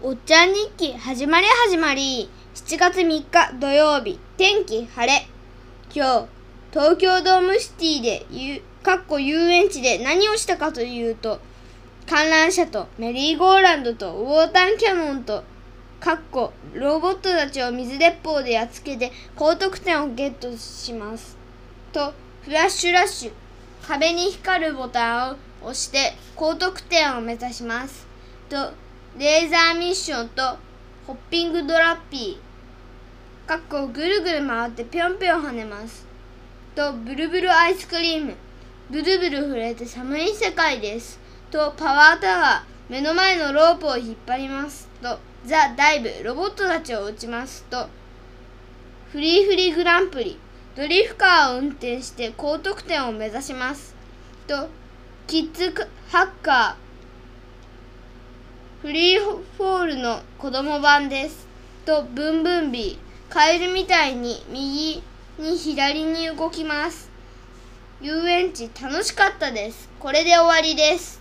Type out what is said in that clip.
おっちゃん日記始まり7月3日土曜日、天気晴れ。今日東京ドームシティで遊園地で何をしたかというと、観覧車とメリーゴーランドとウォーターキャノンとロボットたちを水鉄砲でやっつけて高得点をゲットしますと、フラッシュ壁に光るボタンを押して高得点を目指しますと、レーザーミッションとホッピングドラッピーぐるぐる回ってぴょんぴょん跳ねますと、ブルブルアイスクリーム、ブルブル震えて寒い世界ですと、パワータワー、目の前のロープを引っ張りますと、ザ・ダイブ、ロボットたちを撃ちますと、フリーグランプリ、ドリフカーを運転して高得点を目指しますと、キッズハッカー、フリーフォールの子供版ですと、ブンブンビー、カエルみたいに右に左に動きます。遊園地楽しかったです。これで終わりです。